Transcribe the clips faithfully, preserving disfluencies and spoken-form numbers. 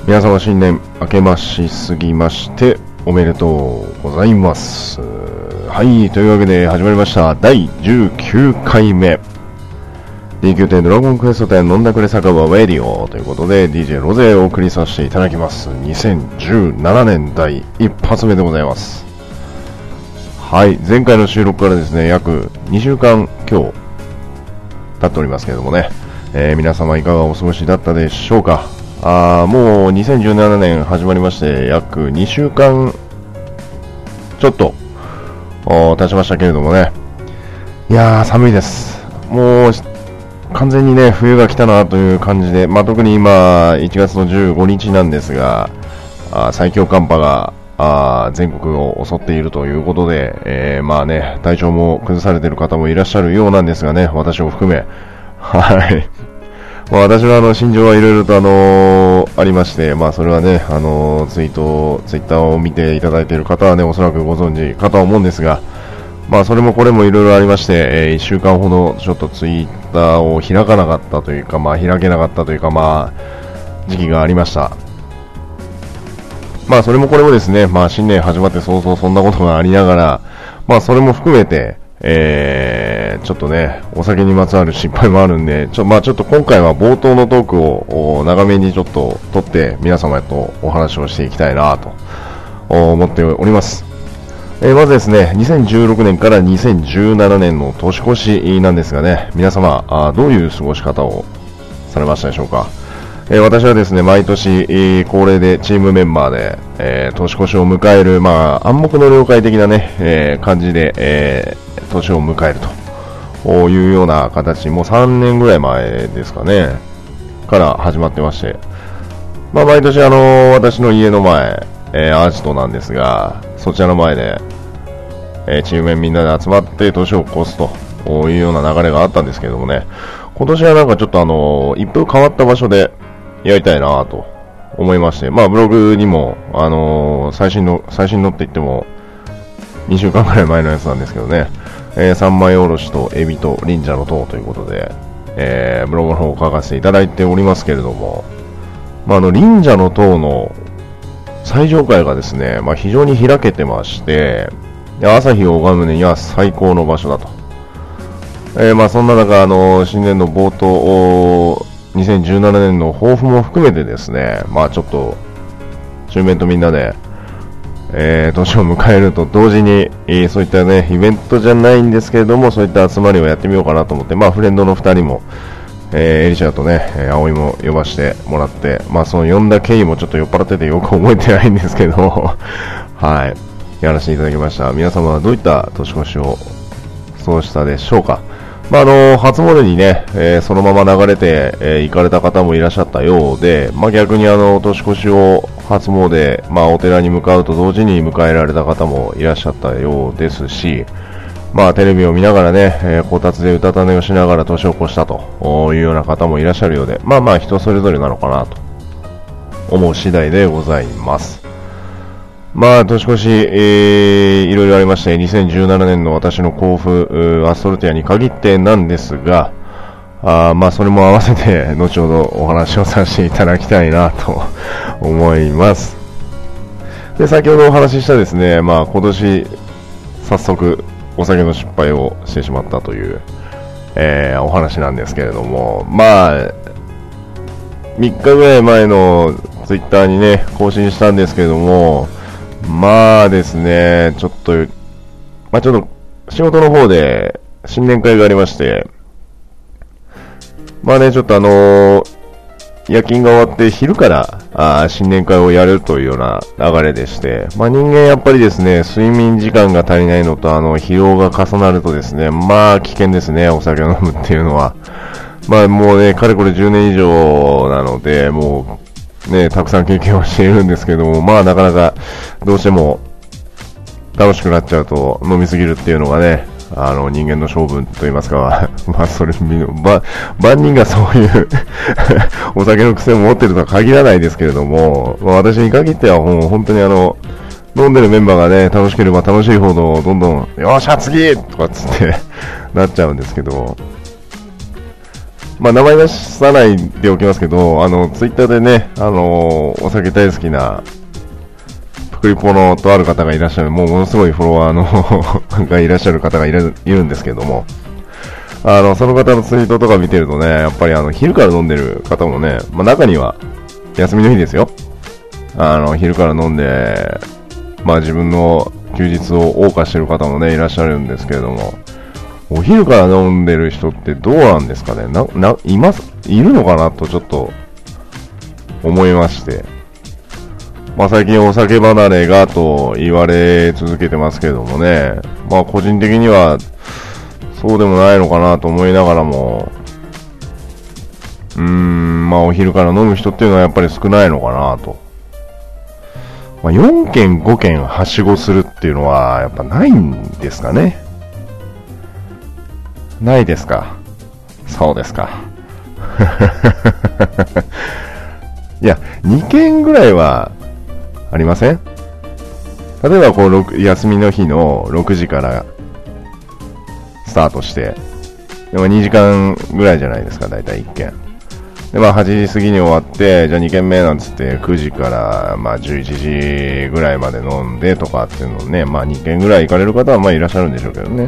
皆様新年明けましすぎましておめでとうございます。はい、というわけで始まりましただいじゅうきゅうかいめ ディーキュー 店ドラゴンクエスト店飲んだくれ酒場レディオということで ディージェー ロゼをお送りさせていただきます。にせんじゅうななねんだいいっ発目でございます。はい、前回の収録からですね約にしゅうかん今日経っておりますけれどもね、えー、皆様いかがお過ごしだったでしょうか。あもうにせんじゅうななねん始まりまして約にしゅうかんちょっと経ちましたけれどもね、いやー寒いです。もう完全にね冬が来たなという感じで、まあ、特に今いちがつのじゅうごにちなんですが、あ最強寒波があ全国を襲っているということで、えー、まあね体調も崩されている方もいらっしゃるようなんですがね、私を含めはいまあ、私はあの心情はいろいろとあのー、ありまして、まあそれはねあのー、ツイートツイッターを見ていただいている方はねおそらくご存知かとは思うんですが、まあそれもこれもいろいろありまして、えー、いっしゅうかんほどちょっとツイッターを開かなかったというか、まあ開けなかったというか、まあ時期がありました。まあそれもこれもですね、まあ新年始まって早々そんなことがありながら、まあそれも含めてえー、ちょっとねお酒にまつわる失敗もあるんで、ちょ,、まあ、ちょっと今回は冒頭のトークを長めにちょっと取って皆様とお話をしていきたいなと思っております。えー、まずですねにせんじゅうろくねんからにせんじゅうななねんの年越しなんですがね、皆様あどういう過ごし方をされましたでしょうか。えー、私はですね毎年、えー、恒例でチームメンバーで、えー、年越しを迎える、まあ、暗黙の了解的なね、えー、感じで、えー年を迎えるというような形、もうさんねんぐらい前ですかねから始まってまして、まあ、毎年あの私の家の前、えー、アーチトなんですが、そちらの前で、えー、チームメンみんなで集まって年を越すというような流れがあったんですけどもね、今年はなんかちょっとあの一風変わった場所でやりたいなと思いまして、まあブログにもあのー、最新の最新のって言ってもにしゅうかんぐらい前のやつなんですけどね、えー、三枚おろしとエビと忍者の塔ということで、えー、ブログの方を書かせていただいておりますけれども、まあ、あの忍者の塔の最上階がですね、まあ、非常に開けてまして、朝日を拝むには最高の場所だと、えー、まあそんな中あの新年の冒頭にせんじゅうななねんの抱負も含めてですね、まあちょっと中面とみんなでえー、年を迎えると同時に、えー、そういったねイベントじゃないんですけれども、そういった集まりをやってみようかなと思って、まあフレンドのふたりも、えー、エリシャとね、えー、葵も呼ばせてもらって、まあその呼んだ経緯もちょっと酔っ払っててよく覚えてないんですけどはいやらせていただきました。皆様はどういった年越しを過ごしたでしょうか。まあ、あの初詣にね、えー、そのまま流れて、えー、行かれた方もいらっしゃったようで、まあ、逆にあの年越しを初詣、まあ、お寺に向かうと同時に迎えられた方もいらっしゃったようですし、まあ、テレビを見ながらね、えー、こたつでうたた寝をしながら年を越したというような方もいらっしゃるようで、まあまあ人それぞれなのかなと思う次第でございます。まあ年越し、えー、いろいろありまして、にせんじゅうななねんの私の抱負アストルティアに限ってなんですが、あまあそれも合わせて後ほどお話をさせていただきたいなと思います。で先ほどお話ししたですね、まあ今年早速お酒の失敗をしてしまったという、えー、お話なんですけれども、まあみっかぐらい前のツイッターにね更新したんですけれども、まあですね、ちょっと、まあちょっと仕事の方で新年会がありまして、まあね、ちょっとあのー、夜勤が終わって昼からあ新年会をやるというような流れでして、まあ人間やっぱりですね、睡眠時間が足りないのとあの疲労が重なるとですね、まあ危険ですね、お酒を飲むっていうのは。まあもうね、かれこれじゅうねん以上なので、もう、ね、たくさん経験をしているんですけども、まあなかなかどうしても楽しくなっちゃうと飲みすぎるっていうのがね、あの人間の性分といいますかまあそれば万人がそういうお酒の癖を持っているとは限らないですけれども、まあ、私に限ってはもう本当にあの飲んでるメンバーがね楽しければ楽しいほどどんどんよっしゃ次とかっつってなっちゃうんですけど、 まあ名前出さないでおきますけど、あの、ツイッターでね、あのー、お酒大好きな、プクリポのとある方がいらっしゃる、もうものすごいフォロワーのがいらっしゃる方がいる、いるんですけども、あの、その方のツイートとか見てるとね、やっぱりあの、昼から飲んでる方もね、まあ中には、休みの日ですよ。あの、昼から飲んで、まあ自分の休日を謳歌してる方もね、いらっしゃるんですけれども、お昼から飲んでる人ってどうなんですかね、な、な、います、いるのかなとちょっと思いまして。まあ最近お酒離れがと言われ続けてますけれどもね、まあ個人的にはそうでもないのかなと思いながらも、うーん、まあお昼から飲む人っていうのはやっぱり少ないのかなと。まあよんけんごけんはしごするっていうのはやっぱないんですかね。ないですか。そうですか。いや、にけんぐらいはありません？例えばこう休みの日のろくじからスタートして、でもにじかんぐらいじゃないですか、だいたいいっけん。で、まあはちじ過ぎに終わって、じゃあにけんめなんつってくじからまあじゅういちじぐらいまで飲んでとかっていうのをね、まあにけんぐらい行かれる方はまあいらっしゃるんでしょうけどね。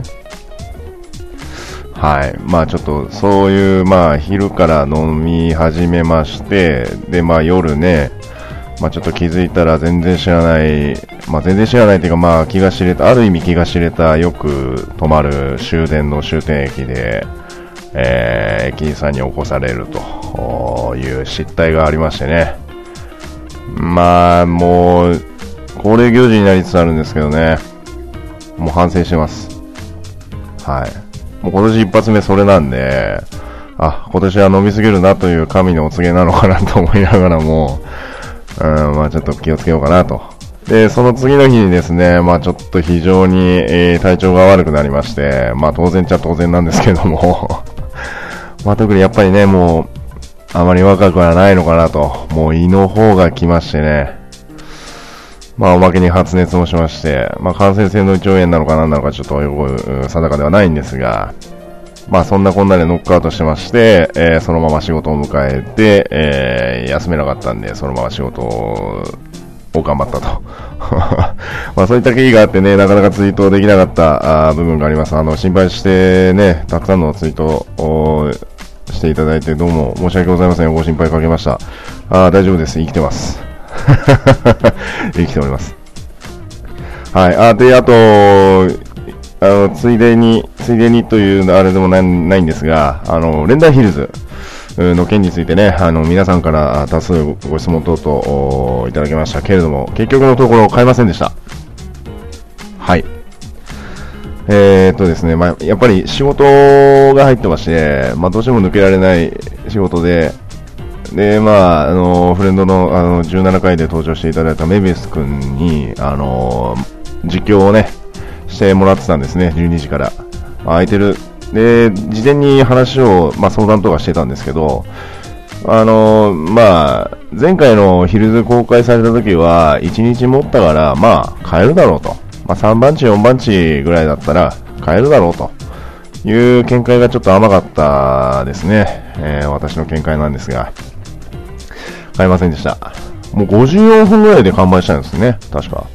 はい。まあちょっとそういうまあ昼から飲み始めまして、でまあ夜ね、まあちょっと気づいたら全然知らない、まあ全然知らないっていうかまあ気が知れた、ある意味気が知れたよく止まる終電の終点駅で、えー、駅員さんに起こされるという失態がありましてね。まあもう恒例行事になりつつあるんですけどね、もう反省してます。はい。もう今年一発目それなんで、あ、今年は飲みすぎるなという神のお告げなのかなと思いながらも、うん、まあちょっと気をつけようかなと。で、その次の日にですね、まあちょっと非常に、えー、体調が悪くなりまして、まあ当然っちゃ当然なんですけども、まあ特にやっぱりね、もう、あまり若くはないのかなと、もう胃の方が来ましてね、まあおまけに発熱もしまして、まあ感染性の胃腸炎なのか何なのかちょっとよく定かではないんですが、まあそんなこんなでノックアウトしてまして、えー、そのまま仕事を迎えて、えー、休めなかったんで、そのまま仕事を頑張ったと。まあそういった経緯があってね、なかなかツイートできなかったあ部分があります。あの、心配してね、たくさんのツイートをしていただいてどうも申し訳ございません。ご心配かけました。あ、大丈夫です。生きてます。生きております。はい。あ、で、あと、あの、ついでに、ついでにというあれでもない、ないんですが、あの、レンダーヒルズの件についてね、あの、皆さんから多数ご質問等々いただきましたけれども、結局のところ変えませんでした。はい。えーっとですね、まあ、やっぱり仕事が入ってまして、まあ、どうしても抜けられない仕事で、で、まあ、あの、フレンドの、あの、じゅうななかいで登場していただいたメビウス君に、あの、実況をね、してもらってたんですね、じゅうにじから。まあ、空いてる。で、事前に話を、まあ、相談とかしてたんですけど、あの、まあ、前回のヒルズ公開された時は、いちにち持ったから、まあ、買えるだろうと。まあ、さんばんち、よんばんちぐらいだったら、買えるだろうという見解がちょっと甘かったですね。えー、私の見解なんですが。買えませんでした。もうごじゅうよんぷんぐらいで完売したんですね、確か。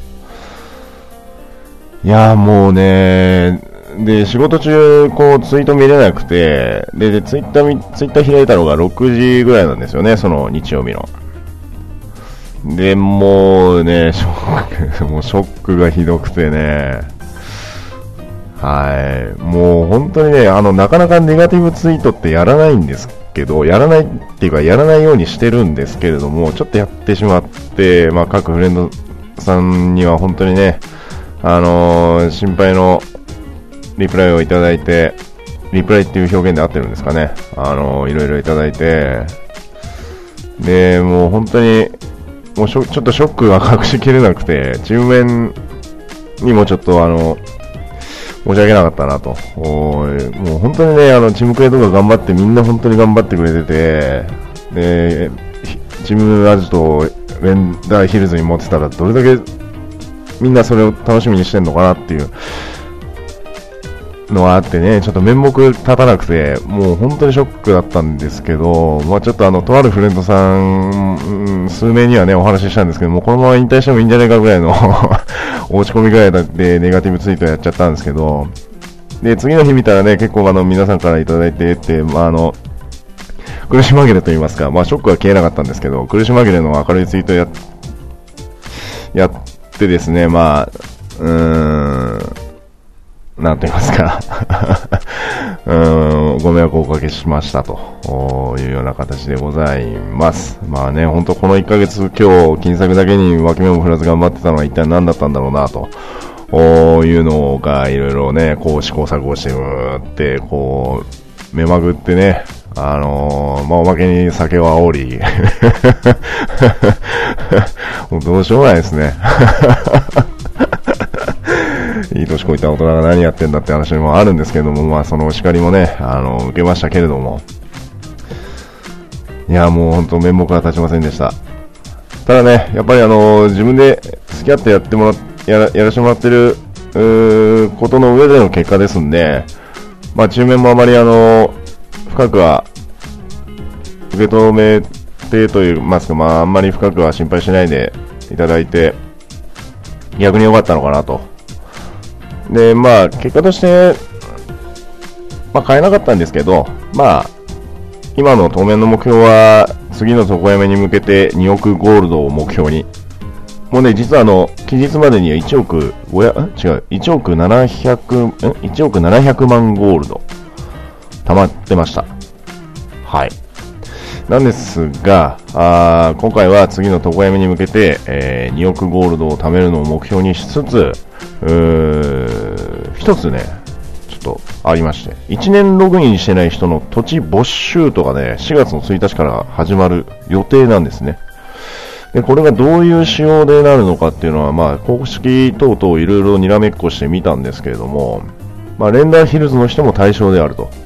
いやーもうね、で、仕事中、こう、ツイート見れなくて、で、でツイッター、ツイッター開いたのがろくじぐらいなんですよね、その日曜日の。で、もうね、ショック、もうショックがひどくてね、はい、もう本当にね、あの、なかなかネガティブツイートってやらないんですけど、やらないっていうか、やらないようにしてるんですけれども、ちょっとやってしまって、まあ、各フレンドさんには本当にね、あのー、心配のリプライをいただいて、リプライっていう表現で合ってるんですかね、あのー、いろいろいただいて、で、もう本当に、もうちょっとショックが隠しきれなくて、チーム面にもちょっとあの、申し訳なかったなと。もう本当にね、あの、チームクレとか頑張って、みんな本当に頑張ってくれてて、で、チームラジとレンダーヒルズに持ってたら、どれだけみんなそれを楽しみにしてんのかなっていうのがあってね、ちょっと面目立たなくて、もう本当にショックだったんですけど、まあちょっとあの、とあるフレンドさん、うん、数名にはね、お話ししたんですけども、このまま引退してもいいんじゃないかぐらいの落ち込みぐらいでネガティブツイートやっちゃったんですけど、で、次の日見たらね、結構あの、皆さんからいただいてて、まああの、苦し紛れと言いますか、まあショックは消えなかったんですけど、苦し紛れの明るいツイートや、やってですね、まあ、うーん、なんと言いますかうーん、ご迷惑をおかけしましたというような形でございます。まあね、本当このいっかげつ今日金策だけに脇目も振らず頑張ってたのは一体何だったんだろうなというのがいろいろね、こう試行錯誤してうーってこう目まぐってね、あのー、まあおまけに酒を煽りもうどうしようもないですねいい年こいた大人が何やってんだって話もあるんですけども、まあそのお叱りもね、あの、受けましたけれども、いやもう本当面目は立ちませんでした。ただね、やっぱりあの、自分で付き合ってやってもら、やら、やらせてもらってる、うーことの上での結果ですんで、まあ中面もあまりあの、深くは、受け止めてと言いますか、まああんまり深くは心配しないでいただいて、逆に良かったのかなと。で、まあ、結果として、まあ、変えなかったんですけど、まあ、今の当面の目標は、次の底上げに向けてにおくゴールドを目標に。もうね、実はあの、期日までにはいちおくごひゃく、違う、いちおくななひゃく、ん ?いちおくななひゃくまんゴールド、溜まってました。はい。なんですが、あ今回は次の床上げに向けて、えー、におくゴールドを貯めるのを目標にしつつ、うー一つね、ちょっとありまして、いちねんログインしてない人の土地没収とかね、しがつのついたちから始まる予定なんですね。で、これがどういう仕様でなるのかっていうのは、まあ、公式等々いろいろにらめっこしてみたんですけれども、まあ、レンダーヒルズの人も対象であると。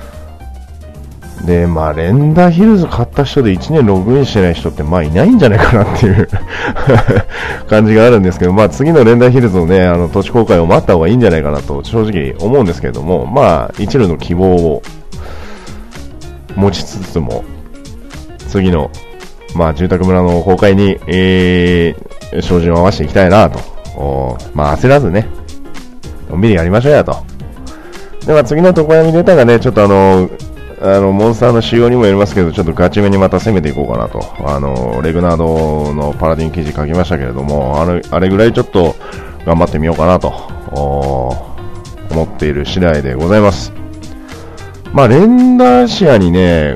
で、まあ、レンダーヒルズ買った人でいちねんログインしてない人って、まあ、いないんじゃないかなっていう感じがあるんですけど、まあ、次のレンダーヒルズのね、あの、土地公開を待った方がいいんじゃないかなと、正直思うんですけれども、まあ、一縷の希望を持ちつつも、次の、まあ、住宅村の公開に、えー、照準を合わせていきたいなと。まあ、焦らずね、のんびりやりましょうやと。で、まあ、次の床闇データがね、ちょっとあの、あの、モンスターの仕様にもよりますけど、ちょっとガチめにまた攻めていこうかなと。あの、レグナードのパラディン記事書きましたけれども、あれ、あれぐらいちょっと頑張ってみようかなと、思っている次第でございます。まあ、レンダーシアにね、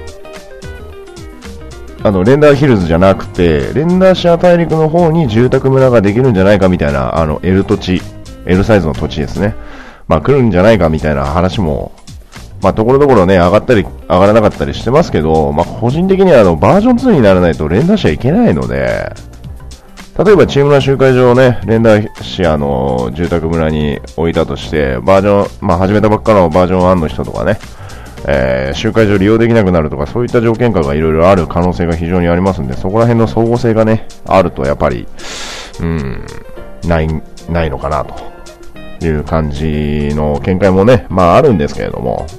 あの、レンダーヒルズじゃなくて、レンダーシア大陸の方に住宅村ができるんじゃないかみたいな、あの、L 土地、L サイズの土地ですね。まあ、来るんじゃないかみたいな話も、まあ、ところどころね、上がったり、上がらなかったりしてますけど、まあ、個人的にはあの、バージョンツーにならないとレンダーシアいけないので、例えばチームの集会場をね、レンダーシアの住宅村に置いたとして、バージョン、まあ、始めたばっかのバージョンワンの人とかね、えー、集会場利用できなくなるとか、そういった条件下がいろいろある可能性が非常にありますんで、そこら辺の相互性がね、あるとやっぱり、うん、ない、ないのかなという感じの見解もね、まああるんですけれども、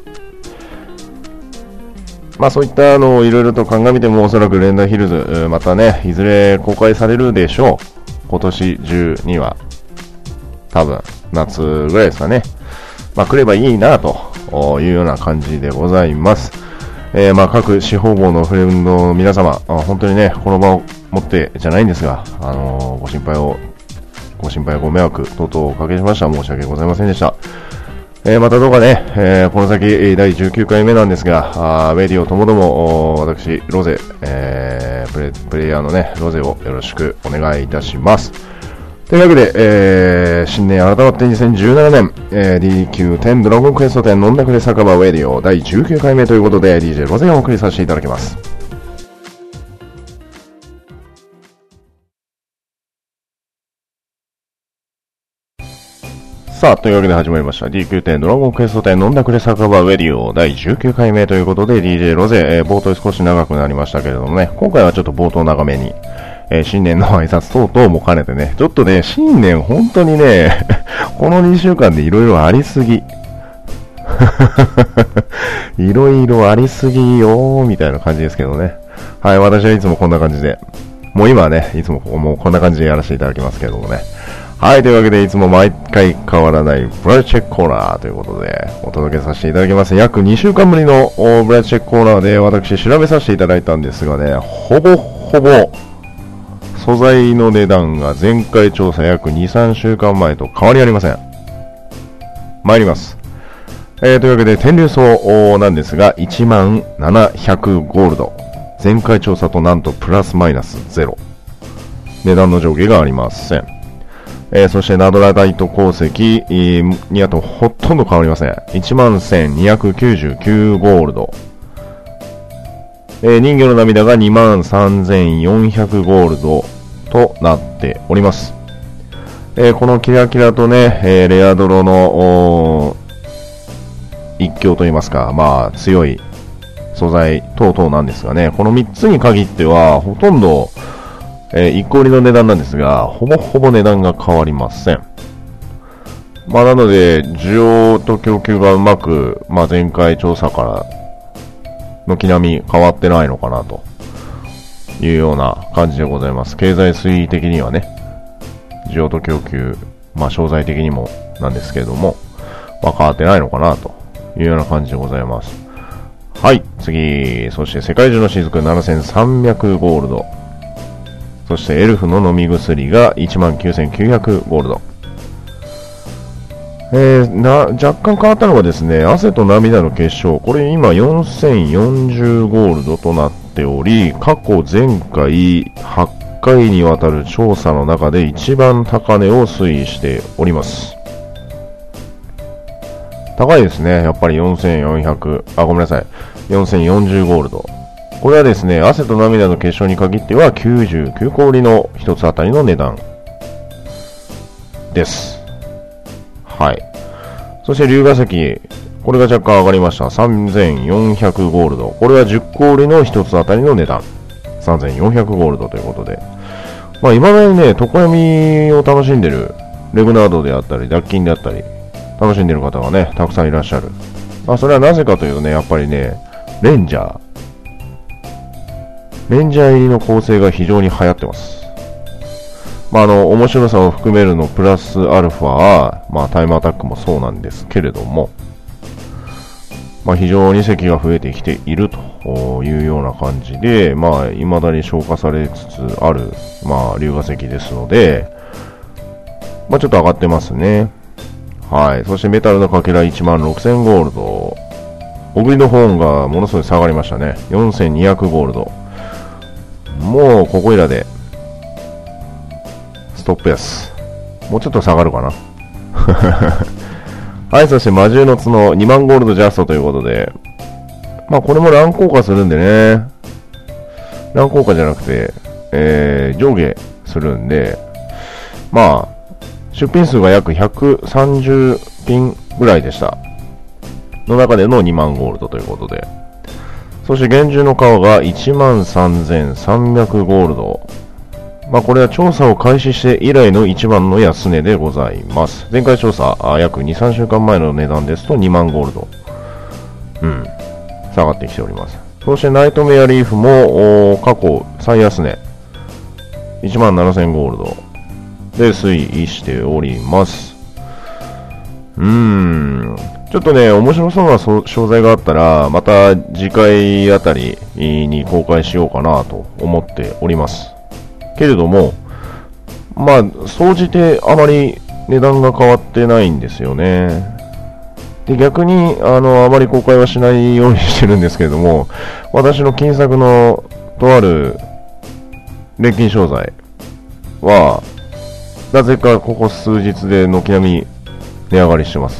まあそういったのをいろいろと鑑みてもおそらくレンダーヒルズ、またね、いずれ公開されるでしょう。今年中には。多分、夏ぐらいですかね。まあ来ればいいなというような感じでございます。えー、まあ各司法坊のフレンドの皆様、本当にね、この場を持ってじゃないんですが、あのー、ご心配を、ご心配ご迷惑等々おかけしました。申し訳ございませんでした。えー、またどうかね、えー、この先だいじゅうきゅうかいめなんですが、あウェディオともども私ロゼ、えー、プレ、プレイヤーのねロゼをよろしくお願いいたします。というわけで、えー、新年改まってにせんじゅうななねん、えー、ディーキューテン ドラゴンクエストテン飲んだくれ酒場ウェディオだいじゅうきゅうかいめということで ディージェー ロゼをお送りさせていただきます。さあ、というわけで始まりました。ディーキューテン ドラゴンクエストテン飲んだくれ酒場ウェディオだいじゅうきゅうかいめということで ディージェー ロゼ、えー、冒頭少し長くなりましたけれどもね、今回はちょっと冒頭長めに、えー、新年の挨拶等々も兼ねてね、ちょっとね、新年本当にね、このにしゅうかんでいろいろありすぎ。 いろいろありすぎよーみたいな感じですけどね。はい、私はいつもこんな感じで、もう今はね、いつももうこんな感じでやらせていただきますけどもね。はい、というわけでいつも毎回変わらないブラッドチェックコーナーということでお届けさせていただきます。約にしゅうかんぶりのブラッドチェックコーナーで私調べさせていただいたんですがね、ほぼほぼ素材の値段が前回調査約に、さんしゅうかんまえと変わりありません。参ります。えー、というわけで天竜層なんですがいちまんななひゃくゴールド。前回調査となんとプラスマイナスゼロ。値段の上下がありません。えー、そしてナドラダイト鉱石、えー、にあとほとんど変わりません。いちまんせんにひゃくきゅうじゅうきゅうゴールド。えー、人魚の涙が にまんさんぜんよんひゃくゴールドとなっております。えー、このキラキラとね、えー、レアドロの一強といいますか、まあ強い素材等々なんですがね、このみっつに限ってはほとんどえー、一個売りの値段なんですが、ほぼほぼ値段が変わりません。まあなので、需要と供給がうまく、まあ前回調査から軒並み変わってないのかなというような感じでございます。経済推移的にはね、需要と供給、まあ商材的にもなんですけれども、まあ変わってないのかなというような感じでございます。はい、次、そして世界中の雫ななせんさんびゃくゴールド。そしてエルフの飲み薬が いちまんきゅうせんきゅうひゃくゴールド。えー、な若干変わったのがですね、汗と涙の結晶。これ今よんせんよんじゅうゴールドとなっており、過去前回はっかいにわたる調査の中で一番高値を推移しております。高いですね。やっぱりよんせんよんひゃく、あ、ごめんなさい。よんせんよんじゅうゴールド。これはですね、汗と涙の結晶に限ってはきゅうじゅうきゅうこ売りのひとつあたりの値段です。はい。そして龍河石、これが若干上がりました。さんぜんよんひゃくゴールド。これはじゅっこ売りのひとつあたりの値段。さんぜんよんひゃくゴールドということで。まあ、未だにね、床読みを楽しんでる、レグナードであったり、ダッキンであったり、楽しんでる方がね、たくさんいらっしゃる。まあ、それはなぜかというとね、やっぱりね、レンジャー。レンジャー入りの構成が非常に流行ってます。まあ、あの、面白さを含めるのプラスアルファは、まあ、タイムアタックもそうなんですけれども、まあ、非常に席が増えてきているというような感じで、まあ、未だに消化されつつある、まあ、龍河石ですので、まあ、ちょっと上がってますね。はい。そしてメタルのかけらいちまんろくせんゴールド。オグリのホーンがものすごい下がりましたね。よんせんにひゃくゴールド。もうここいらでストップです。もうちょっと下がるかな。はい、そして魔獣の角にまんゴールドジャストということで、まあこれも乱高下するんでね、乱高下じゃなくて、えー、上下するんで、まあ出品数が約ひゃくさんじゅうピンぐらいでしたの中でのにまんゴールドということで、そして厳重の皮が いちまんさんぜんさんびゃくゴールド。まあこれは調査を開始して以来の一番の安値でございます。前回調査、約に、さんしゅうかんまえの値段ですとにまんゴールド。うん。下がってきております。そしてナイトメアリーフも過去最安値。いちまんななせんゴールドで推移しております。うーん。ちょっとね、面白そうな商材があったら、また次回あたりに公開しようかなと思っております。けれども、まあ、総じてあまり値段が変わってないんですよね。で、逆に、あの、あまり公開はしないようにしてるんですけれども、私の金策のとある錬金商材は、なぜかここ数日で軒並み値上がりしてます。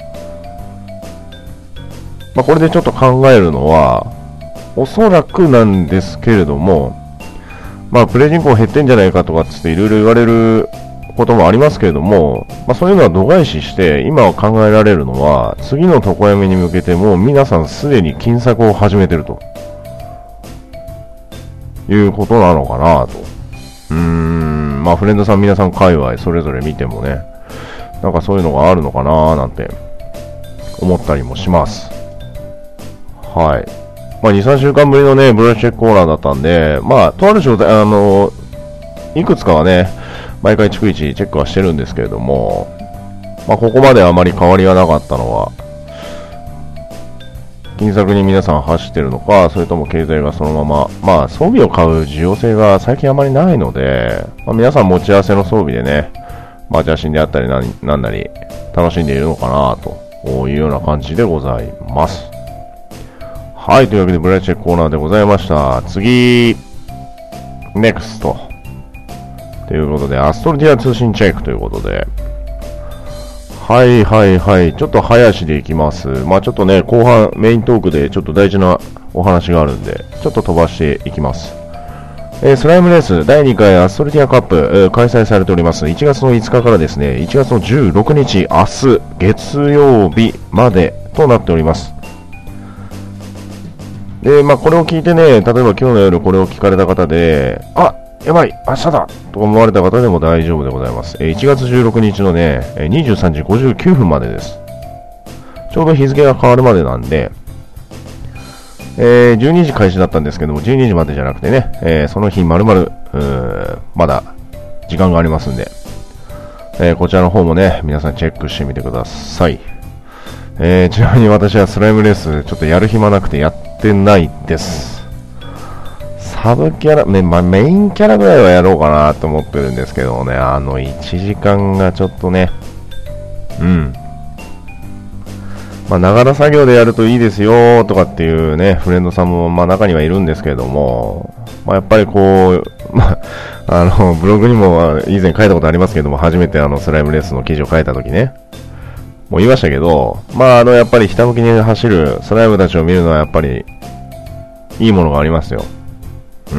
まあ、これでちょっと考えるのは、おそらくなんですけれども、まあ、プレイ人口減ってんじゃないかとかつっていろいろ言われることもありますけれども、まあ、そういうのは度外視して、今考えられるのは、次の床読みに向けても皆さんすでに金策を始めてるということなのかなと。うーん、まあ、フレンドさん皆さん界隈それぞれ見てもね、なんかそういうのがあるのかななんて思ったりもします。はい。まあ、に、さんしゅうかんぶりのね、ブラッシュチェックコーナーだったんで、まあ、とある状態、あの、いくつかはね、毎回逐一チェックはしてるんですけれども、まあ、ここまであまり変わりがなかったのは、金策に皆さん走ってるのか、それとも経済がそのまま、まあ、装備を買う需要性が最近あまりないので、まあ、皆さん持ち合わせの装備でね、まあ、邪神であったり何、なんなり、楽しんでいるのかな、というような感じでございます。はい、というわけで、ブライチェックコーナーでございました。次、ネクスト。ということで、アストルティア通信チェックということで、はいはいはい。ちょっと早足でいきます。まあちょっとね、後半メイントークでちょっと大事なお話があるんで、ちょっと飛ばしていきます。えー、スライムレースだいにかいアストルティアカップ、えー、開催されております。いちがつのいつかからですね、いちがつのじゅうろくにち、明日、月曜日までとなっております。で、まあこれを聞いてね、例えば今日の夜これを聞かれた方で、あ、やばい、明日だと思われた方でも大丈夫でございます。いちがつじゅうろくにちのね、にじゅうさんじごじゅうきゅうふんまでです。ちょうど日付が変わるまでなんで、えー、じゅうにじ開始だったんですけども、じゅうにじまでじゃなくてね、えー、その日丸々、まだ時間がありますんで、えー、こちらの方もね、皆さんチェックしてみてください。えー、ちなみに私はスライムレース、ちょっとやる暇なくてやってないです。サブキャラ、ね、まあ、メインキャラぐらいはやろうかなと思ってるんですけどね、あのいちじかんがちょっとね、うん。まあ、ながら作業でやるといいですよとかっていうね、フレンドさんもまあ中にはいるんですけれども、まあ、やっぱりこう、まあ、あの、ブログにも以前書いたことありますけども、初めてあのスライムレースの記事を書いたときね、もう言いましたけど、まあ、あの、やっぱりひたむきに走るスライムたちを見るのはやっぱり、いいものがありますよ。うん。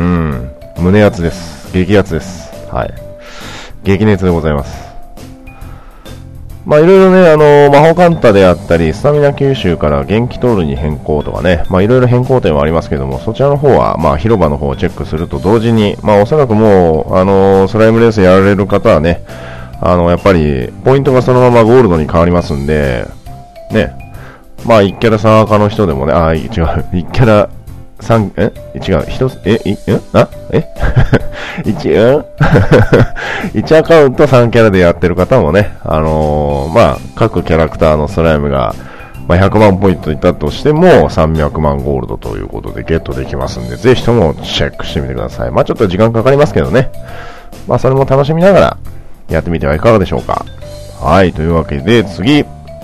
胸熱です。激熱です。はい。激熱でございます。まあいろいろね、あの、魔法カンタであったり、スタミナ吸収から元気トールに変更とかね、まあいろいろ変更点はありますけども、そちらの方は、まあ広場の方をチェックすると同時に、まあおそらくもう、あの、スライムレースやられる方はね、あの、やっぱり、ポイントがそのままゴールドに変わりますんで、ね、まあいちキャラ参加の人でもね、あ、違う、いちキャラ、三、え違う、一つ、え、い、んあえ一、うん一アカウントさんキャラでやってる方もね、あのー、まあ、各キャラクターのスライムが、まあ、ひゃくまんポイントいったとしても、さんびゃくまんゴールドということでゲットできますんで、ぜひともチェックしてみてください。まあ、ちょっと時間かかりますけどね。まあ、それも楽しみながら、やってみてはいかがでしょうか。はい、というわけで、次。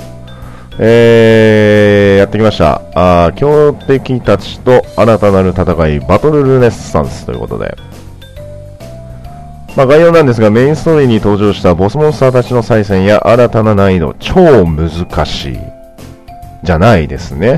えー、やってきました。あー、強敵たちと新たなる戦い、バトルルネッサンスということで。まあ概要なんですが、メインストーリーに登場したボスモンスターたちの再戦や新たな難易度、超難しい。じゃないですね。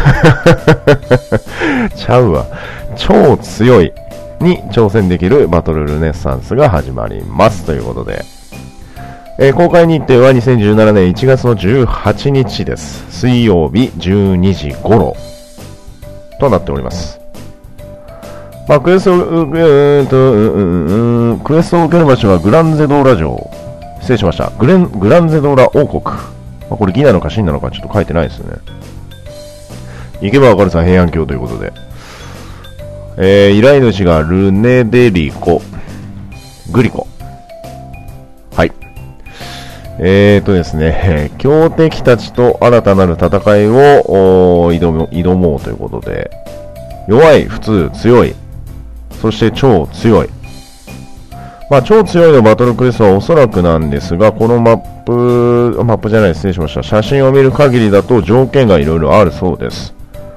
ちゃうわ。超強いに挑戦できるバトルルネッサンスが始まりますということで。えー、公開日程はにせんじゅうななねんいちがつのじゅうはちにちです。水曜日じゅうにじ頃となっております。まあ、クエストを、えーと、うんうん、クエストを受ける場所はグランゼドーラ城。失礼しました。グレン、グランゼドーラ王国。まあ、これ義なのか真なのかちょっと書いてないですね。行けばわかるさ平安京ということで。えー、依頼主がルネデリコ。グリコ。はい。えーとですね、強敵たちと新たなる戦いを挑も、挑もうということで、弱い、普通、強い、そして超強い。まあ、超強いのバトルクエストはおそらくなんですが、このマップ、マップじゃない、失礼しました。写真を見る限りだと条件がいろいろあるそうです。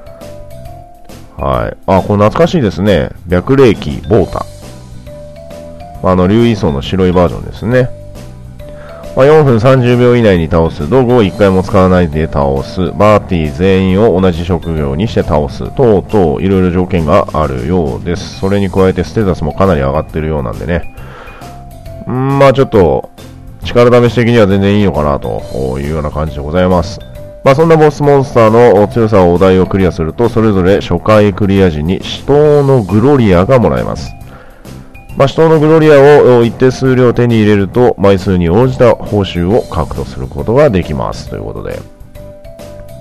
はい。あ、これ懐かしいですね。白霊騎、ボータ。あの、竜位層の白いバージョンですね。まあ、よんぷんさんじゅうびょう以内に倒す。道具をいっかいも使わないで倒す。バーティー全員を同じ職業にして倒す。等々、いろいろ条件があるようです。それに加えてステータスもかなり上がってるようなんでね。んまあちょっと、力試し的には全然いいのかなというような感じでございます。まあそんなボスモンスターの強さをお題をクリアすると、それぞれ初回クリア時に死闘のグロリアがもらえます。まあ、死闘のグロリアを一定数量手に入れると枚数に応じた報酬を獲得することができますということで、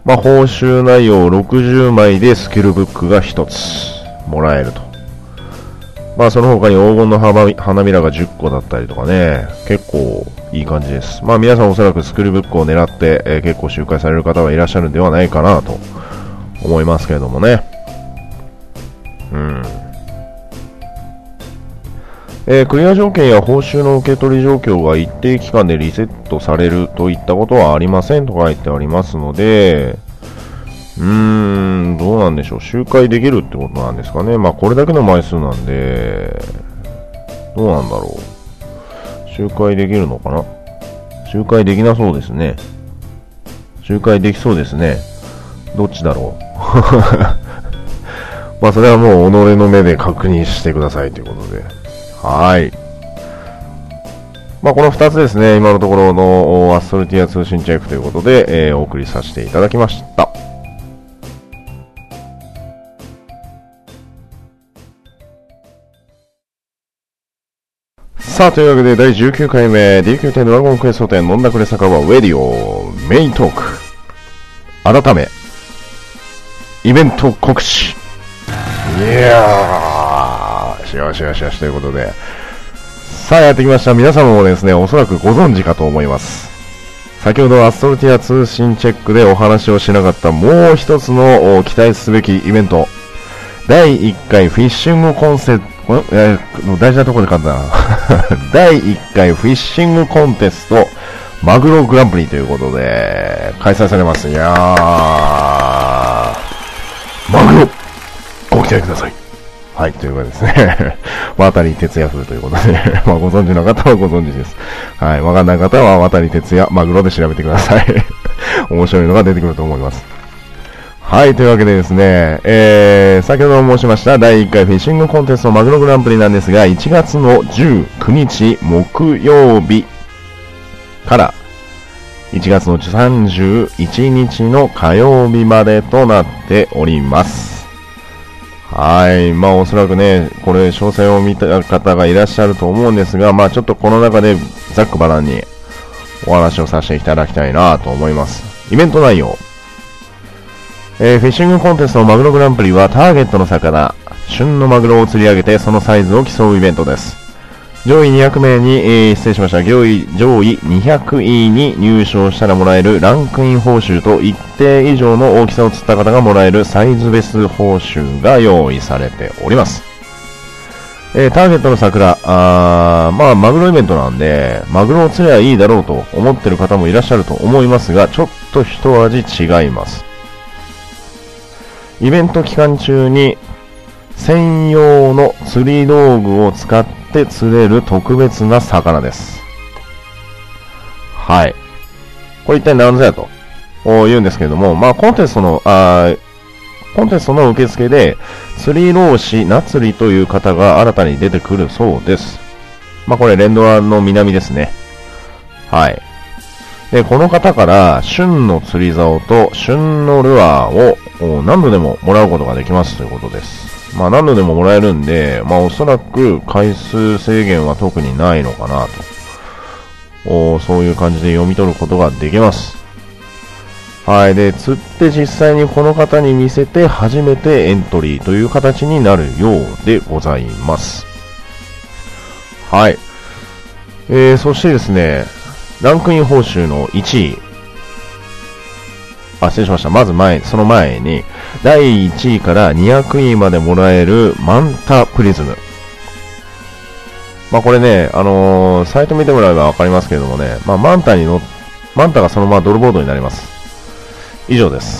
まあ、報酬内容ろくじゅうまいでスキルブックがひとつもらえると。まあ、その他に黄金の花びらがじゅっこだったりとかね、結構いい感じです。まあ、皆さんおそらくスキルブックを狙って、えー、結構周回される方がいらっしゃるんではないかなと思いますけれどもね。うん。えー、クリア条件や報酬の受け取り状況が一定期間でリセットされるといったことはありませんと書いてありますので、うーん、どうなんでしょう。周回できるってことなんですかね。まあ、これだけの枚数なんで、どうなんだろう。周回できるのかな。周回できなそうですね。周回できそうですね。どっちだろう。まあ、それはもう己の目で確認してくださいということで。はい。まあ、このふたつですね。今のところのアストルティア通信チェックということで、えー、お送りさせていただきました。さあ、というわけでだいじゅうきゅうかいめ ディーキューテン ドラゴンクエスト展飲んだくれ酒場ウェディオメイントーク。改め、イベント告知。いやー、よしよしよしということで。さあ、やってきました。皆様もですね、おそらくご存知かと思います。先ほどアストルティア通信チェックでお話をしなかったもう一つの期待すべきイベント。だいいっかいフィッシングコンセプト、えー、大事なところで噛んだな。だいいっかいフィッシングコンテストマグログランプリということで開催されます。いやー、マグロご期待ください。はい、というかですね、渡哲也風ということで、まあご存知の方はご存知です。はい、わかんない方は渡哲也マグロで調べてください。面白いのが出てくると思います。はい、というわけでですね、えー、先ほども申しましただいいっかいフィッシングコンテストマグログランプリなんですが、いちがつのじゅうくにち木曜日からいちがつのさんじゅういちにちの火曜日までとなっております。はい、まあおそらくね、これ詳細を見た方がいらっしゃると思うんですが、まあちょっとこの中でざっくばらんにお話をさせていただきたいなと思います。イベント内容。えー、フィッシングコンテストマグログランプリはターゲットの魚、旬のマグロを釣り上げてそのサイズを競うイベントです。上位にひゃくめいに、えー、失礼しました。上位、上位にひゃくいに入賞したらもらえるランクイン報酬と一定以上の大きさを釣った方がもらえるサイズベス報酬が用意されております。えー、ターゲットの桜、あまあマグロイベントなんで、マグロを釣りゃいいだろうと思ってる方もいらっしゃると思いますが、ちょっと一味違います。イベント期間中に専用の釣り道具を使って釣れる特別な魚です。はい。これ一体何ぞやと言うんですけれども、まあコンテストの、あコンテストの受付で釣り老師なつりという方が新たに出てくるそうです。まあこれ連ドラの南ですね。はい。で、この方から旬の釣り竿と旬のルアーを何度でももらうことができますということです。まあ何度でももらえるんで、まあおそらく回数制限は特にないのかなと。おそういう感じで読み取ることができます。はい。で、釣って実際にこの方に見せて初めてエントリーという形になるようでございます。はい。えー、そしてですね、ランクイン報酬のいちい。あ、失礼しました。まず前、その前に、だいいちいからにひゃくいまでもらえるマンタプリズム。まあこれね、あのー、サイト見てもらえばわかりますけれどもね、まあマンタに乗っ、マンタがそのままドルボードになります。以上です。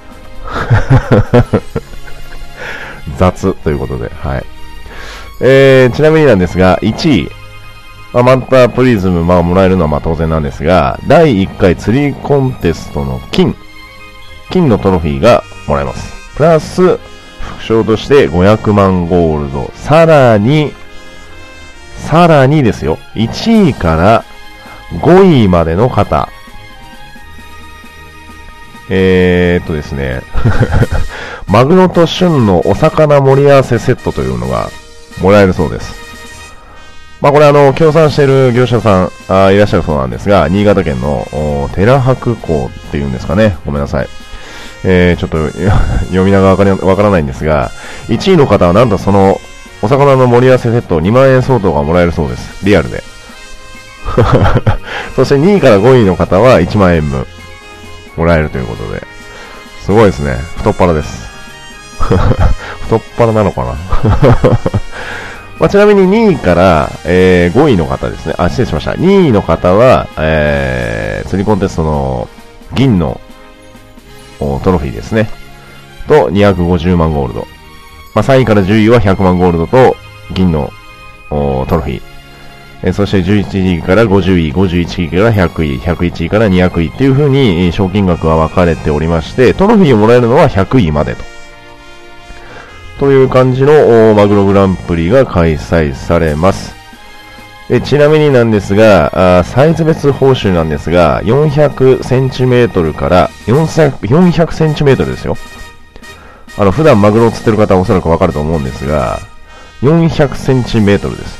雑ということで、はい。えー、ちなみになんですが、いちい。まあ、マンタプリズム、まあ、もらえるのはまあ当然なんですが、だいいっかい釣りコンテストの金、金のトロフィーがもらえます。プラス、副賞としてごひゃくまんゴールド。さらに、さらにですよ、いちいからごいまでの方、えーっとですね、マグロと旬のお魚盛り合わせセットというのがもらえるそうです。まあこれあの、協賛している業者さんあいらっしゃるそうなんですが、新潟県の寺白港っていうんですかね。ごめんなさい。 えー、ちょっと読みながらわからないんですが、いちいの方はなんとそのお魚の盛り合わせセットにまんえん相当がもらえるそうです。リアルで。そしてにいからごいの方はいちまんえんぶんもらえるということで、すごいですね。太っ腹です。太っ腹なのかな。まあ、ちなみににいから、えー、ごいの方ですね。あ、失礼しました。にいの方は、えー、釣りコンテストの銀のトロフィーですね。と、にひゃくごじゅうまんゴールド。まあ、さんいからじゅういはひゃくまんゴールドと銀のトロフィー。えー、そしてじゅういちいからごじゅうい、ごじゅういちいからひゃくい、ひゃくいちいからにひゃくいっていう風に賞金額は分かれておりまして、トロフィーをもらえるのはひゃくいまでと。という感じのマグログランプリが開催されます。えちなみになんですが、あサイズ別報酬なんですが、よんひゃくセンチメートルからよんひゃくセンチメートルですよ。あの、普段マグロを釣ってる方はおそらくわかると思うんですが、よんひゃくセンチメートルです。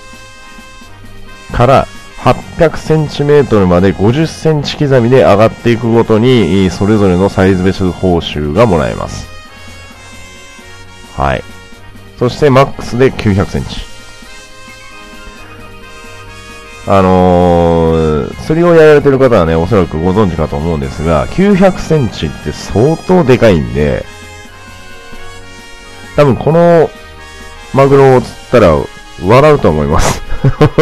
から、はっぴゃくセンチメートルまでごじゅっセンチ刻みで上がっていくごとに、それぞれのサイズ別報酬がもらえます。はい。そしてマックスできゅうひゃくセンチ。あのー、釣りをやられてる方はね、おそらくご存知かと思うんですが、きゅうひゃくセンチって相当でかいんで、多分このマグロを釣ったら笑うと思います。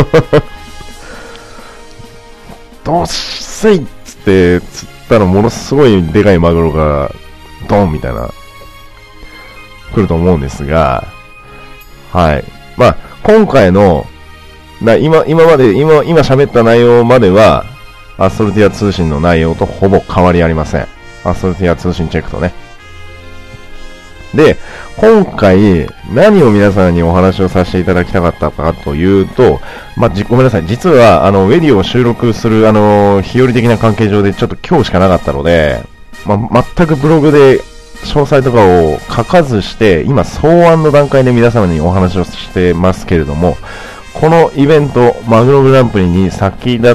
どっせいっつって釣ったらものすごいでかいマグロがドンみたいな来ると思うんですが、はい。まあ、今回の、な今、今まで、今、今喋った内容までは、アストルティア通信の内容とほぼ変わりありません。アストルティア通信チェックとね。で、今回、何を皆さんにお話をさせていただきたかったかというと、まあ、じごめんなさい。実は、あの、ウェディを収録する、あの、日和的な関係上でちょっと今日しかなかったので、まあ、全くブログで、詳細とかを書かずして、今、草案の段階で皆様にお話をしてますけれども、このイベント、マグログランプリに先立って、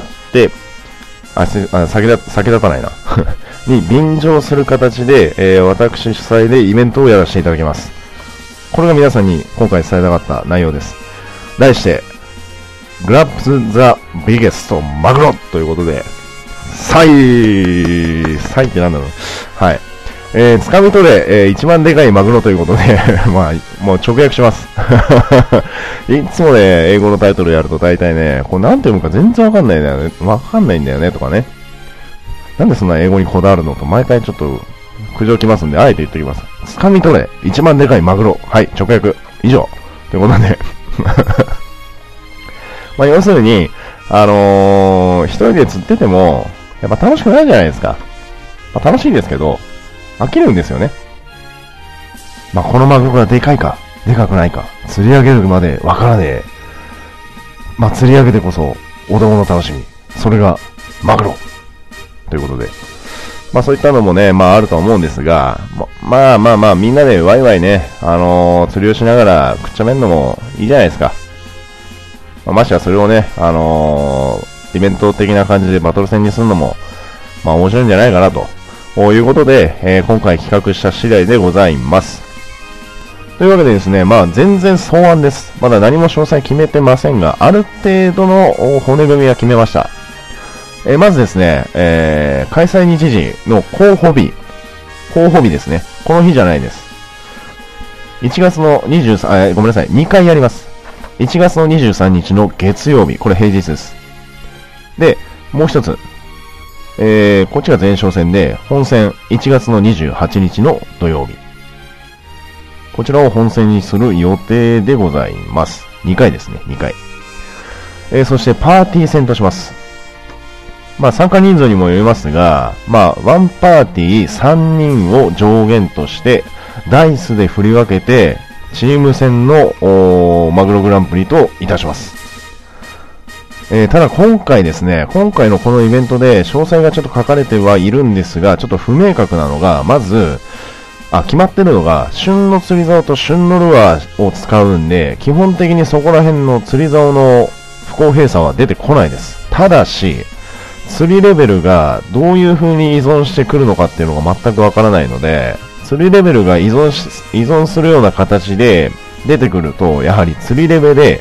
あ、あ先立、先立たないな。に便乗する形で、えー、私主催でイベントをやらせていただきます。これが皆さんに今回伝えたかった内容です。題して、Grab the Biggest マグロということで、サイサイってなんだろう。はい。えー、掴み取れ、えー、一番でかいマグロということで、まあ、もう直訳します。いつもね、英語のタイトルやると大体ね、これなんて読むか全然わかんないんだよね。わかんないんだよね、とかね。なんでそんな英語にこだわるのと、毎回ちょっと苦情きますんで、あえて言っておきます。掴み取れ、一番でかいマグロ。はい、直訳。以上。ということで。まあ、要するに、あのー、一人で釣ってても、やっぱ楽しくないじゃないですか。まあ、楽しいですけど、飽きるんですよね。まあ、このマグロがでかいか、でかくないか、釣り上げるまでわからねえ。まあ、釣り上げてこそ、子供の楽しみ。それが、マグロ。ということで。まあ、そういったのもね、まあ、あると思うんですが、まあまあまあ、みんなでワイワイね、あのー、釣りをしながらくっちゃめんのもいいじゃないですか。まあ、ましてはそれをね、あのー、イベント的な感じでバトル戦にするのも、まあ、面白いんじゃないかなと。ということで、えー、今回企画した次第でございます。というわけでですね、まあ全然草案です。まだ何も詳細決めてませんが、ある程度の骨組みは決めました。えー、まずですね、えー、開催日時の候補日。候補日ですね。この日じゃないです。いちがつのにじゅうさん、あ、ごめんなさい、にかいやります。いちがつのにじゅうさんにちの月曜日。これ平日です。で、もう一つ。えー、こっちが前哨戦で、本戦いちがつのにじゅうはちにちの土曜日。こちらを本戦にする予定でございます。にかいですね、にかい。えー、そしてパーティー戦とします。まあ参加人数にもよりますが、まあワンパーティーさんにんを上限として、ダイスで振り分けて、チーム戦のマグログランプリといたします。えー、ただ今回ですね、今回のこのイベントで詳細がちょっと書かれてはいるんですが、ちょっと不明確なのが、まず、あ、決まってるのが、旬の釣り竿と旬のルアーを使うんで、基本的にそこら辺の釣り竿の不公平さは出てこないです。ただし、 釣りレベルがどういう風に依存してくるのかっていうのが全くわからないので、釣りレベルが依存し、依存するような形で出てくると、やはり釣りレベルで、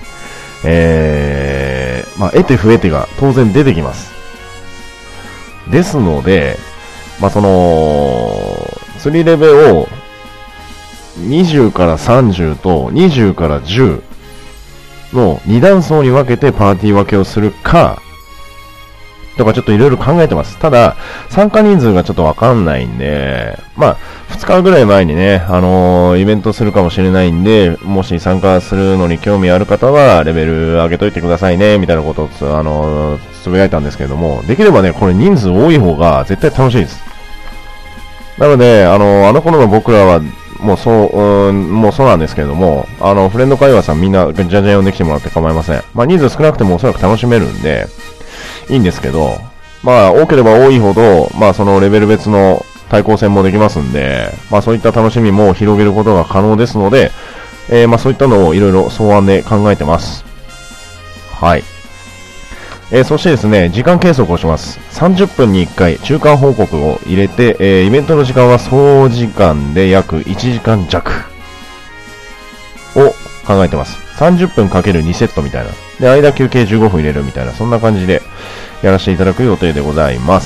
えー、まあ、得手不得手が当然出てきます。ですので、まあ、その、釣りレベルをにじゅうからさんじゅうとにじゅうからじゅうのに段層に分けてパーティー分けをするか、とかちょっといろいろ考えてます。ただ、参加人数がちょっとわかんないんで、まあ、ふつかぐらい前にね、あのー、イベントするかもしれないんで、もし参加するのに興味ある方は、レベル上げといてくださいね、みたいなことをつ、あのー、つぶやいたんですけれども、できればね、これ人数多い方が絶対楽しいです。なので、あのー、あの頃の僕らは、もうそう、うーん、もうそうなんですけれども、あの、フレンド会話さんみんな、じゃじゃ呼んできてもらって構いません。まあ、人数少なくてもおそらく楽しめるんで、いいんですけど、まあ、多ければ多いほど、まあ、そのレベル別の対抗戦もできますんで、まあ、そういった楽しみも広げることが可能ですので、えー、まあ、そういったのをいろいろ草案で考えてます。はい。えー、そしてですね、時間計測をします。さんじゅっぷんにいっかい中間報告を入れて、えー、イベントの時間は総時間で約いちじかん弱を考えてます。さんじゅっぷんかけるにセットみたいな。で、間休憩じゅうごふん入れるみたいな、そんな感じでやらせていただく予定でございます。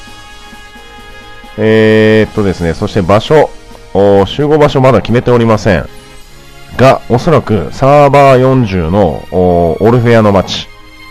えーっとですね、そして場所、集合場所まだ決めておりません。が、おそらくサーバーよんじゅうのオルフェアの街。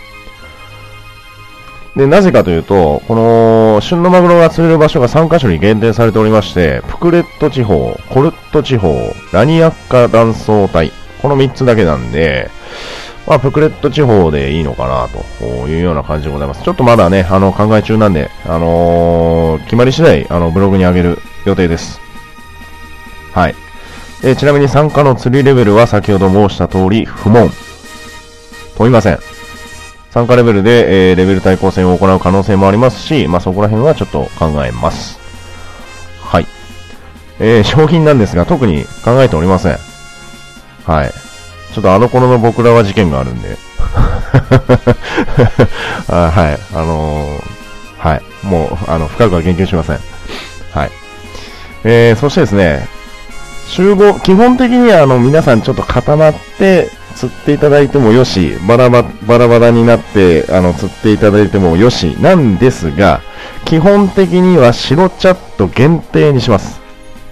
で、なぜかというと、この、旬のマグロが釣れる場所がさんカ所に限定されておりまして、プクレット地方、コルット地方、ラニアッカ断層帯、このみっつだけなんで、まあ、プクレット地方でいいのかな、というような感じでございます。ちょっとまだね、あの、考え中なんで、あのー、決まり次第、あの、ブログに上げる予定です。はい。えちなみに参加の釣りレベルは先ほど申した通り、不問。問いません。参加レベルで、えー、レベル対抗戦を行う可能性もありますし、まあ、そこら辺はちょっと考えます。はい。えー、商品なんですが、特に考えておりません。はい。ちょっとあの頃の僕らは事件があるんで。あはい。あのー、はい。もう、あの、深くは言及しません。はい。えー、そしてですね、集合、基本的にはあの、皆さんちょっと固まって、釣っていただいてもよし、バラババラバラになって、あの、釣っていただいてもよし、なんですが、基本的には白チャット限定にします。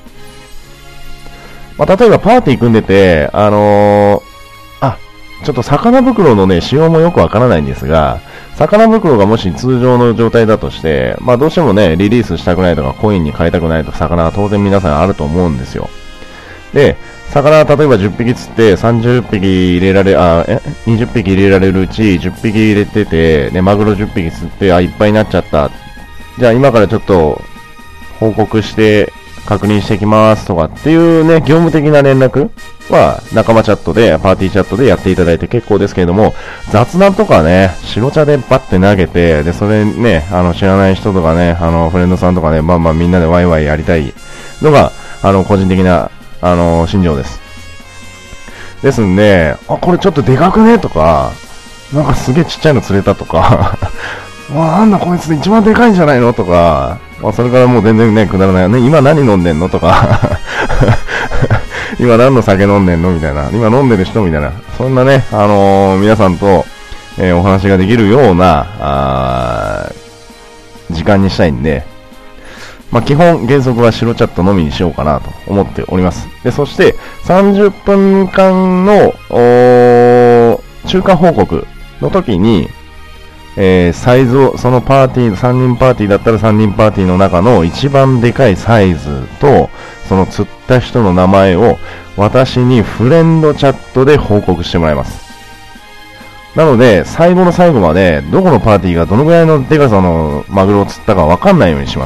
まあ、例えばパーティー組んでて、あのー、あ、ちょっと魚袋のね、仕様もよくわからないんですが、魚袋がもし通常の状態だとして、まあどうしてもね、リリースしたくないとか、コインに変えたくないとか、魚は当然皆さんあると思うんですよ。で、魚、例えばじゅっぴき釣ってさんじゅっぴき入れられ、あ、え、にじゅっぴき入れられるうちじゅっぴき入れてて、ね、マグロじゅっぴき釣って、あ、いっぱいになっちゃった。じゃあ今からちょっと報告して確認してきますとかっていうね、業務的な連絡は仲間チャットで、パーティーチャットでやっていただいて結構ですけれども、雑談とかね、白茶でバッて投げて、で、それね、あの、知らない人とかね、あの、フレンドさんとかね、まあまあみんなでワイワイやりたいのが、あの、個人的なあのー、心情です。ですんで、あ、これちょっとでかくねとか、なんかすげえちっちゃいの釣れたとか、わあ、なんだこいつ一番でかいんじゃないのとか、まあ、それからもう全然ね、くだらないよね。今何飲んでんのとか、今何の酒飲んでんのみたいな、今飲んでる人みたいな、そんなね、あのー、皆さんと、えー、お話ができるような、あ時間にしたいんで、まあ、基本原則は白チャットのみにしようかなと思っております。で、そしてさんじゅっぷんかんの中間報告の時に、えー、サイズを、そのパーティー、さんにんパーティーだったらさんにんパーティーの中の一番でかいサイズと、その釣った人の名前を私にフレンドチャットで報告してもらいます。なので、最後の最後まで、どこのパーティーがどのぐらいのでかさのマグロを釣ったかわかんないようにします。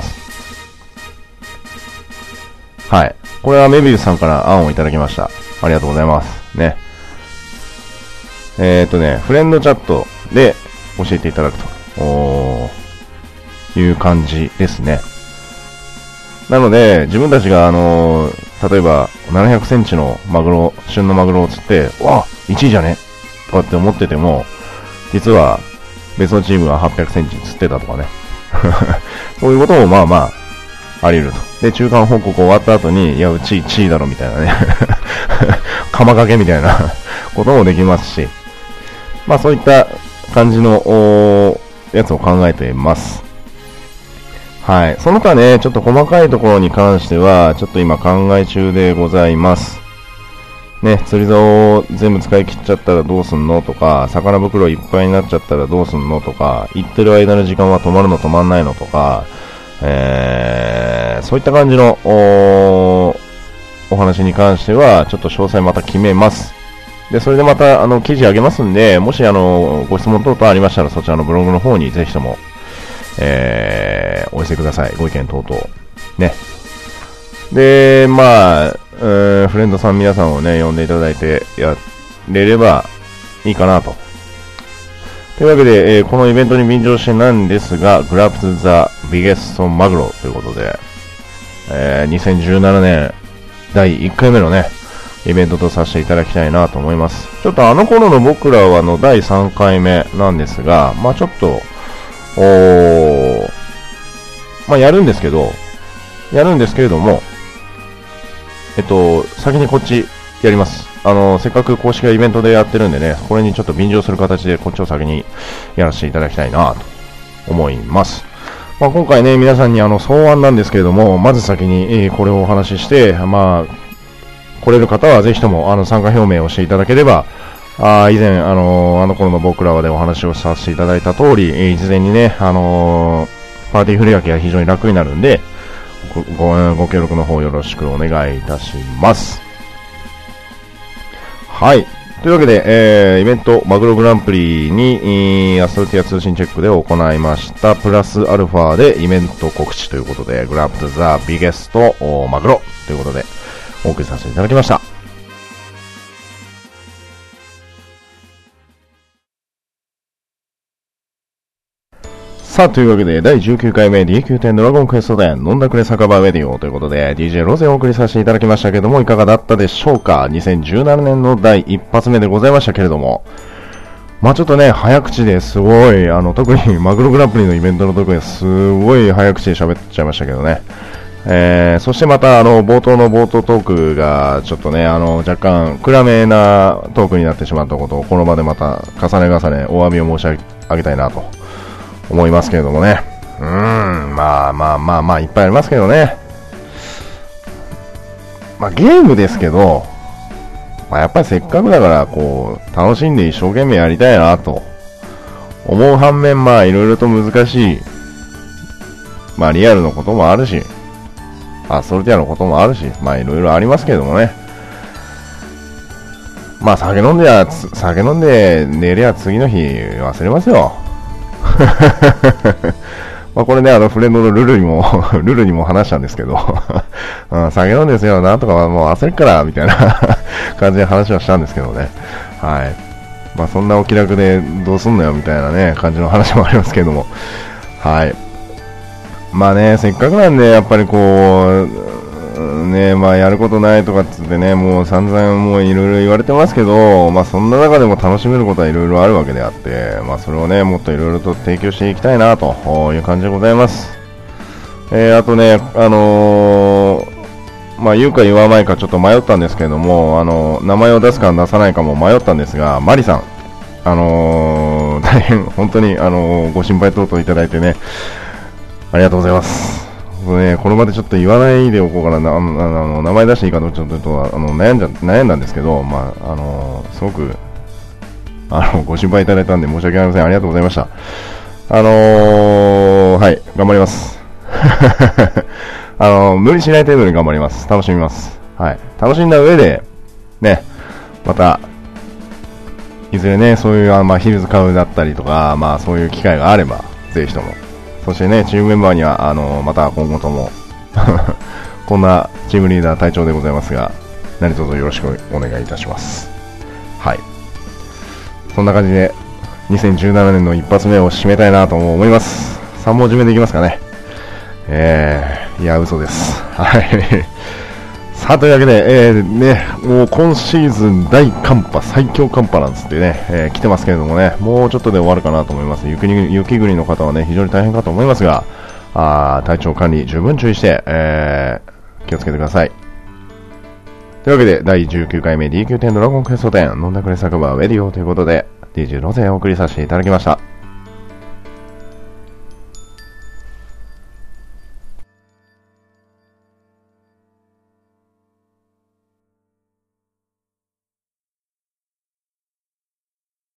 はい。これはメビウスさんから案をいただきました。ありがとうございます。ね。えーっとね、フレンドチャットで教えていただくとおいう感じですね。なので、自分たちがあのー、例えばななひゃくセンチのマグロ、旬のマグロを釣って、わあ、いちいじゃねとかって思ってても、実は別のチームがはっぴゃくセンチ釣ってたとかね。そういうこともまあまあ、あり得ると。で、中間報告終わった後に、いや、うちいちいだろみたいなね。釜掛けみたいなこともできますし、まあそういった感じのやつを考えています。はい。その他ね、ちょっと細かいところに関しては、ちょっと今考え中でございます。ね、釣り竿を全部使い切っちゃったらどうすんのとか、魚袋いっぱいになっちゃったらどうすんのとか、行ってる間の時間は止まるの止まんないのとか、えー、そういった感じの お, お話に関しては、ちょっと詳細また決めます。で、それでまた、あの、記事あげますんで、もし、あの、ご質問等々ありましたら、そちらのブログの方にぜひとも、えー、お寄せください。ご意見等々。ね。で、まあ、えー、フレンドさん皆さんをね、呼んでいただいてやれればいいかなと。というわけで、えー、このイベントに便乗してなんですが、Grab the Biggest Maguro ということで、えー、にせんじゅうななねんだいいっかいめのね、イベントとさせていただきたいなと思います。ちょっとあの頃の僕らはのだいさんかいめなんですが、まあちょっと、おー、まあやるんですけど、やるんですけれども、えっと、先にこっちやります。あの、せっかく公式がイベントでやってるんでね、これにちょっと便乗する形でこっちを先にやらせていただきたいなと思います。まあ今回ね、皆さんにあの、草案なんですけれども、まず先に、えー、これをお話しして、まあ、来れる方はぜひともあの参加表明をしていただければ、あ以前あのあの頃の僕らでお話をさせていただいた通り、えー、事前にね、あのー、パーティー振り分けが非常に楽になるんで、ご, ご, ご協力の方よろしくお願いいたします。はい。というわけで、えー、イベントマグログランプリにアストルティア通信チェックで行いましたプラスアルファでイベント告知ということで、グラップザビゲストマグロということでお送りさせていただきました。さあ、というわけで、だいじゅうきゅうかいめ ディーきゅうてん ドラゴンクエスト展飲んだくれ酒場ウェディオということで、ディージェー ロゼをお送りさせていただきましたけども、いかがだったでしょうか。にせんじゅうななねんのだいいっ発目でございましたけれども、まあちょっとね、早口ですごい、あの、特にマグログランプリのイベントの時にすごい早口で喋っちゃいましたけどね。えー、そしてまた、あの、冒頭の冒頭トークが、ちょっとね、あの、若干暗めなトークになってしまったことを、この場でまた重ね重ねお詫びを申し上げたいなと思いますけれどもね。うーん、まあまあまあまあ、いっぱいありますけどね。まあゲームですけど、まあやっぱりせっかくだから、こう、楽しんで一生懸命やりたいなと思う反面、まあいろいろと難しい、まあリアルのこともあるし、アストルティアのこともあるし、まあいろいろありますけれどもね。まあ酒飲んでや、酒飲んで寝りゃ次の日忘れますよ。まあこれね、あのフレンドのルルにもルルにも話したんですけど、うん、酒飲んですよ、なんとかもう焦るからみたいな感じで話をしたんですけどね。はい。まあそんなお気楽でどうすんのよみたいなね感じの話もありますけども、はい。まあね、せっかくなんでやっぱりこうね、まあやることないとかっつってね、もう散々もういろいろ言われてますけど、まあそんな中でも楽しめることはいろいろあるわけであって、まあそれをね、もっといろいろと提供していきたいなという感じでございます。えー、あとね、あのー、まあ言うか言わないかちょっと迷ったんですけれども、あのー、名前を出すか出さないかも迷ったんですが、マリさん、あのー、大変本当にあのー、ご心配等々いただいてね、ありがとうございます。ね、この場でちょっと言わないでおこうかな、あのあの名前出していいかとちょっとあの悩んじゃ悩んだんですけど、まああのすごくあのご心配いただいたんで申し訳ありません。ありがとうございました。あのー、はい頑張ります。あの無理しない程度に頑張ります。楽しみます。はい、楽しんだ上でね、またいずれねそういうあ、まあ、ヒルズ買うだったりとか、まあそういう機会があればぜひとも。そしてね、チームメンバーには、あのー、また今後とも、こんなチームリーダー隊長でございますが、何卒よろしくお願いいたします。はい。そんな感じで、にせんじゅうななねんの一発目を締めたいなと思います。さん文字目でいきますかね。えー、いや、嘘です。はい。 さあ、というわけで、えー、ね、もう今シーズン大寒波、最強寒波なんつってね、えー、来てますけれどもね、もうちょっとで終わるかなと思います。雪に雪国の方はね、非常に大変かと思いますが、あ体調管理十分注意して、えー、気をつけてください。というわけで、だいじゅうきゅうかいめ ディーキューテン ドラゴンクエストテン、飲んだくれ酒場ウェディオということで、ディージェー ロゼをお送りさせていただきました。